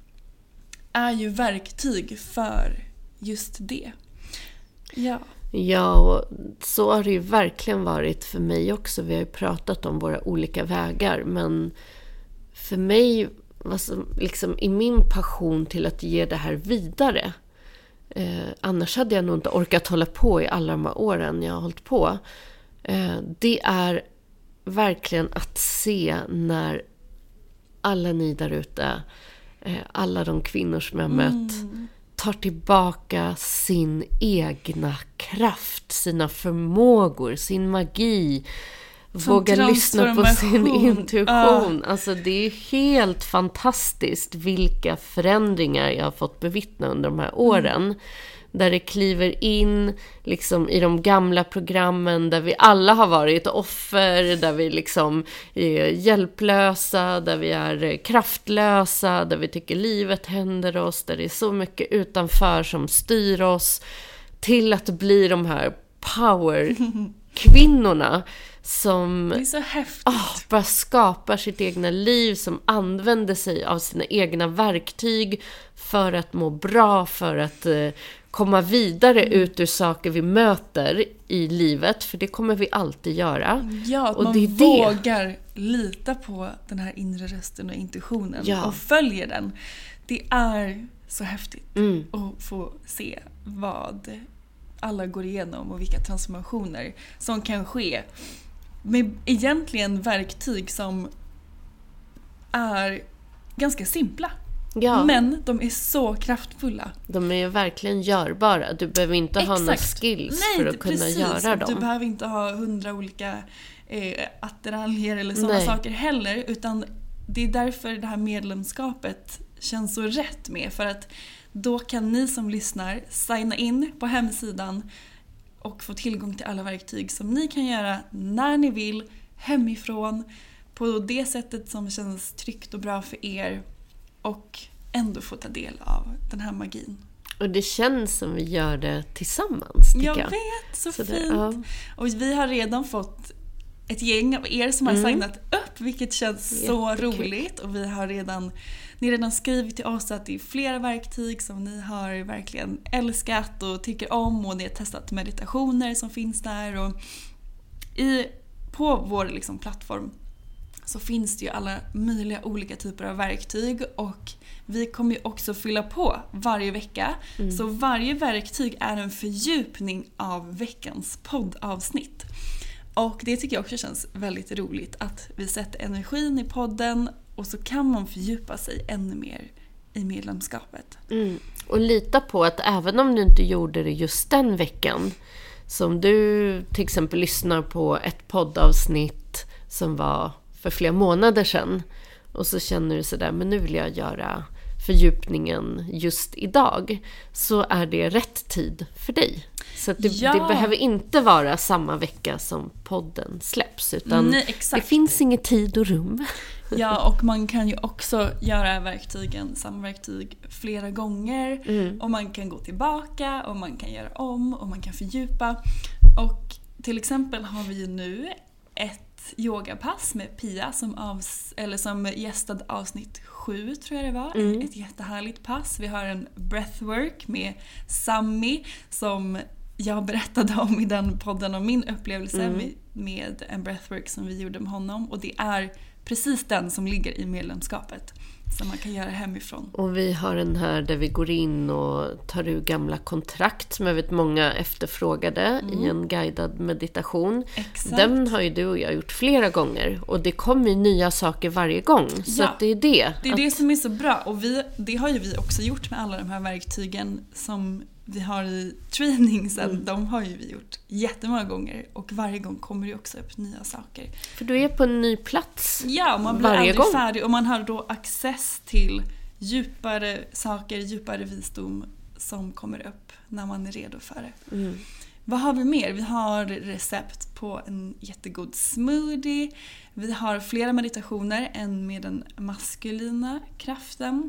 Speaker 5: är ju verktyg för just det. Ja. Ja,
Speaker 6: och så har det ju verkligen varit för mig också. Vi har ju pratat om våra olika vägar, men för mig var som, liksom, i min passion till att ge det här vidare. Eh, annars hade jag nog inte orkat hålla på i alla de här åren jag har hållit på. Eh, det är verkligen att se när alla ni där ute, eh, alla de kvinnor som jag mött, mm. tar tillbaka sin egna kraft, sina förmågor, sin magi, våga lyssna på sin intuition. Uh. Alltså det är helt fantastiskt vilka förändringar jag har fått bevittna under de här åren. Mm. Där det kliver in liksom i de gamla programmen där vi alla har varit offer, där vi liksom är hjälplösa, där vi är kraftlösa, där vi tycker livet händer oss, där det är så mycket utanför som styr oss, till att bli de här power-kvinnorna som
Speaker 5: det är så häftigt.
Speaker 6: Oh, bara skapar sitt egna liv, som använder sig av sina egna verktyg för att må bra, för att eh, komma vidare mm. ut ur saker vi möter i livet, för det kommer vi alltid göra.
Speaker 5: Ja, att
Speaker 6: och
Speaker 5: man
Speaker 6: det är
Speaker 5: vågar
Speaker 6: det.
Speaker 5: lita på den här inre rösten och intuitionen,
Speaker 6: ja.
Speaker 5: och följer den. Det är så häftigt
Speaker 6: mm.
Speaker 5: att få se vad alla går igenom och vilka transformationer som kan ske med egentligen verktyg som är ganska simpla.
Speaker 6: Ja.
Speaker 5: Men de är så kraftfulla.
Speaker 6: De är ju verkligen görbara. Du behöver inte
Speaker 5: Exakt.
Speaker 6: ha några skills
Speaker 5: Nej,
Speaker 6: för att kunna
Speaker 5: precis.
Speaker 6: göra dem.
Speaker 5: Du behöver inte ha hundra olika eh, attiraljer eller sådana saker heller. Utan det är därför det här medlemskapet känns så rätt med. För att då kan ni som lyssnar signa in på hemsidan och få tillgång till alla verktyg som ni kan göra när ni vill, hemifrån, på det sättet som känns tryggt och bra för er, och ändå få ta del av den här magin.
Speaker 6: Och det känns som vi gör det tillsammans, tycker jag.
Speaker 5: Jag vet, så, så fint. Det, ja. Och vi har redan fått ett gäng av er som har mm. signat upp, vilket känns Jättekul. så roligt. Och vi har redan, ni har redan skrivit till oss att det är flera verktyg som ni har verkligen älskat och tycker om, och ni har testat meditationer som finns där. Och i, på vår liksom plattform så finns det ju alla möjliga olika typer av verktyg, och vi kommer ju också fylla på varje vecka. Mm. Så varje verktyg är en fördjupning av veckans poddavsnitt. Och det tycker jag också känns väldigt roligt, att vi sätter energin i podden och så kan man fördjupa sig ännu mer i medlemskapet.
Speaker 6: Mm. Och lita på att även om du inte gjorde det just den veckan, som du till exempel lyssnar på ett poddavsnitt som var för flera månader sedan, och så känner du sådär, men nu vill jag göra fördjupningen just idag, så är det rätt tid för dig. Så att det, ja. det behöver inte vara samma vecka som podden släpps, utan Nej, det finns ingen tid och rum.
Speaker 5: Ja, och man kan ju också göra verktygen, samma verktyg flera gånger. Mm. Och man kan gå tillbaka och man kan göra om och man kan fördjupa. Och till exempel har vi ju nu ett yogapass med Pia som, avs- eller som gästade avsnitt sju, tror jag det var. Mm. Ett jättehärligt pass. Vi har en breathwork med Sammy som jag berättade om i den podden om min upplevelse mm. med, med en breathwork som vi gjorde med honom. Och det är precis den som ligger i medlemskapet som man kan göra hemifrån.
Speaker 6: Och vi har den här där vi går in och tar ur gamla kontrakt som jag vet många efterfrågade mm. i en guidad meditation.
Speaker 5: Exakt.
Speaker 6: Den har ju du och jag gjort flera gånger, och det kommer ju nya saker varje gång. Så
Speaker 5: ja,
Speaker 6: att det är det.
Speaker 5: Det är
Speaker 6: att...
Speaker 5: det som är så bra, och vi, det har ju vi också gjort med alla de här verktygen som vi har i training sen. Mm. De har ju vi gjort jättemånga gånger, och varje gång kommer det också upp nya saker.
Speaker 6: För du är på en ny plats.
Speaker 5: Ja, man blir aldrig gång. färdig, och man har då access till djupare saker, djupare visdom som kommer upp när man är redo för det. Mm. Vad har vi mer? Vi har recept på en jättegod smoothie. Vi har flera meditationer, en med den maskulina kraften.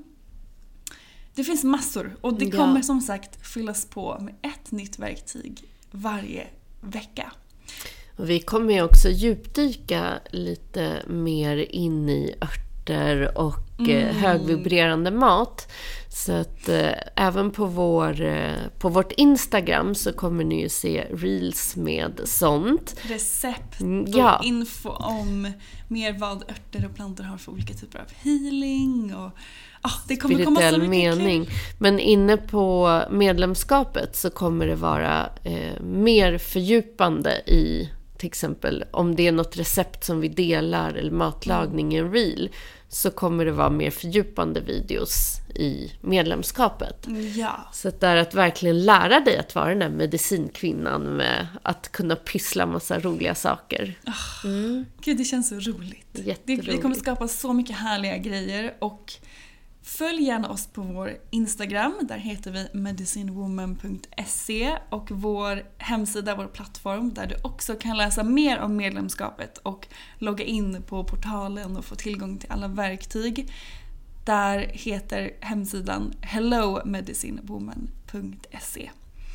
Speaker 5: Det finns massor, och det kommer ja. som sagt fyllas på med ett nytt verktyg varje vecka.
Speaker 6: Och vi kommer ju också djupdyka lite mer in i örter och mm. högvibrerande mat. Så att eh, även på, vår, eh, på vårt Instagram så kommer ni ju se reels med sånt.
Speaker 5: Recept
Speaker 6: ja.
Speaker 5: och info om mer vad örter och plantor har för olika typer av healing. Och ah, det kommer komma så mycket mening. Kul.
Speaker 6: Men inne på medlemskapet så kommer det vara eh, mer fördjupande i till exempel om det är något recept som vi delar eller matlagning i en reel, så kommer det vara mer fördjupande videos i medlemskapet.
Speaker 5: Ja.
Speaker 6: Så att det är att verkligen lära dig att vara den där medicinkvinnan med att kunna pyssla massa roliga saker.
Speaker 5: Oh, mm. Gud, det känns så roligt. Det, vi kommer skapa så mycket härliga grejer, och följ gärna oss på vår Instagram, där heter vi medicinewoman punkt se, och vår hemsida, vår plattform, där du också kan läsa mer om medlemskapet och logga in på portalen och få tillgång till alla verktyg. Där heter hemsidan hello medicinewoman punkt se.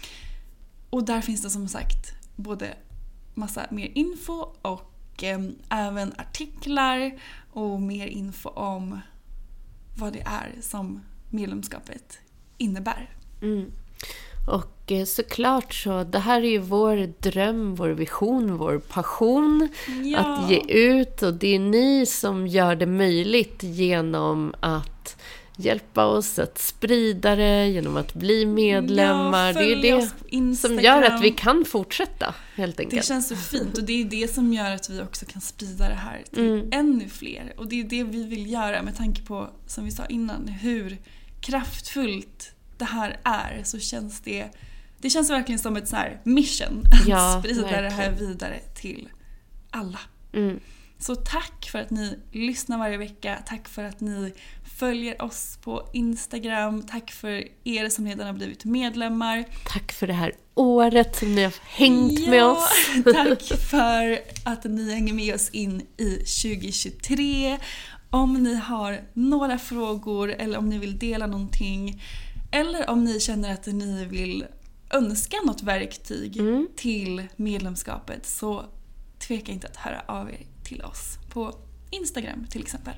Speaker 5: Och där finns det som sagt både massa mer info och eh, även artiklar och mer info om vad det är som medlemskapet innebär.
Speaker 6: Mm. Och såklart så, det här är ju vår dröm, vår vision, vår passion ja. att ge ut, och det är ni som gör det möjligt genom att hjälpa oss att sprida det, genom att bli medlemmar. Ja, det är det som gör att vi kan fortsätta, helt enkelt.
Speaker 5: Det känns så fint, och det är det som gör att vi också kan sprida det här till mm. ännu fler. Och det är det vi vill göra med tanke på, som vi sa innan, hur kraftfullt det här är. Så känns det, det känns verkligen som ett så här mission att ja, sprida verkligen. det här vidare till alla.
Speaker 6: Mm.
Speaker 5: Så tack för att ni lyssnar varje vecka. Tack för att ni följer oss på Instagram. Tack för er som redan har blivit medlemmar.
Speaker 6: Tack för det här året som ni har hängt
Speaker 5: ja,
Speaker 6: med oss.
Speaker 5: Tack för att ni hänger med oss in i tjugo tjugotre. Om ni har några frågor eller om ni vill dela någonting, eller om ni känner att ni vill önska något verktyg mm. till medlemskapet, så tveka inte att höra av er till oss på Instagram till exempel.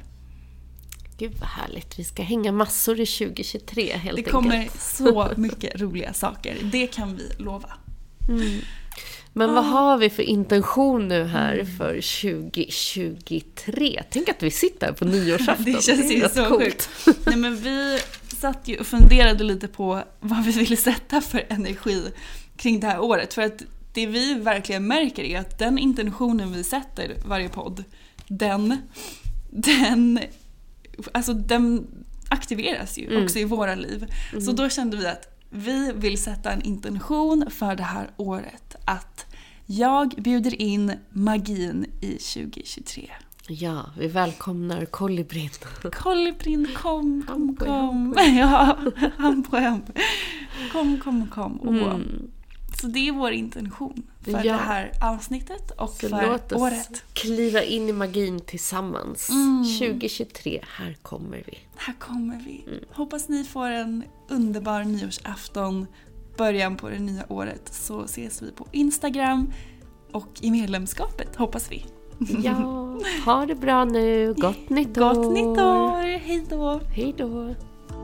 Speaker 6: Gud vad härligt. Vi ska hänga massor i tjugo tjugotre helt enkelt.
Speaker 5: Det kommer så mycket roliga saker. Det kan vi lova.
Speaker 6: Mm. Men
Speaker 5: oh.
Speaker 6: vad har vi för intention nu här mm. för tjugo tjugotre? Tänk att vi sitter på nyårsafton.
Speaker 5: Det känns ju så
Speaker 6: coolt.
Speaker 5: Sjukt. Nej, men vi satt ju och funderade lite på vad vi ville sätta för energi kring det här året. För att det vi verkligen märker är att den intentionen vi sätter varje podd, den, den, alltså den aktiveras ju mm. också i våra liv. Mm. Så då kände vi att vi vill sätta en intention för det här året. Att jag bjuder in magin i tjugo tjugotre.
Speaker 6: Ja, vi välkomnar kolibrin.
Speaker 5: Kolibrin, kom, kom, kom. Ja, ham på ham. Kom, kom, kom. Mm. Så det är vår intention för ja. det här avsnittet och så för låt oss året.
Speaker 6: Kliva in i magin tillsammans. Mm. tjugo tjugotre, här kommer vi.
Speaker 5: Här kommer vi. Mm. Hoppas ni får en underbar nyårsafton, början på det nya året. Så ses vi på Instagram och i medlemskapet, hoppas vi.
Speaker 6: Ja, ha det bra nu. Gott nytt år.
Speaker 5: Gott nytt år. Hej då.
Speaker 6: Hej då.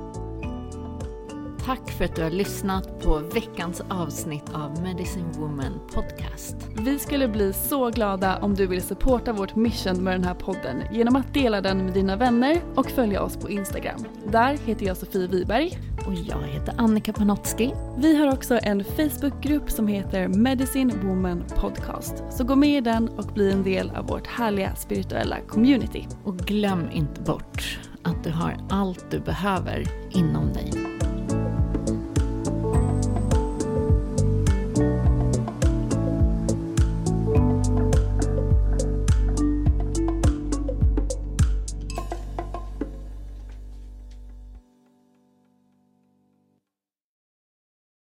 Speaker 7: Tack för att du har lyssnat på veckans avsnitt av Medicine Woman Podcast.
Speaker 5: Vi skulle bli så glada om du vill supporta vårt mission med den här podden genom att dela den med dina vänner och följa oss på Instagram. Där heter jag Sofie Wiberg.
Speaker 7: Och jag heter Annika Panotski.
Speaker 5: Vi har också en Facebookgrupp som heter Medicine Woman Podcast. Så gå med i den och bli en del av vårt härliga spirituella community.
Speaker 7: Och glöm inte bort att du har allt du behöver inom dig.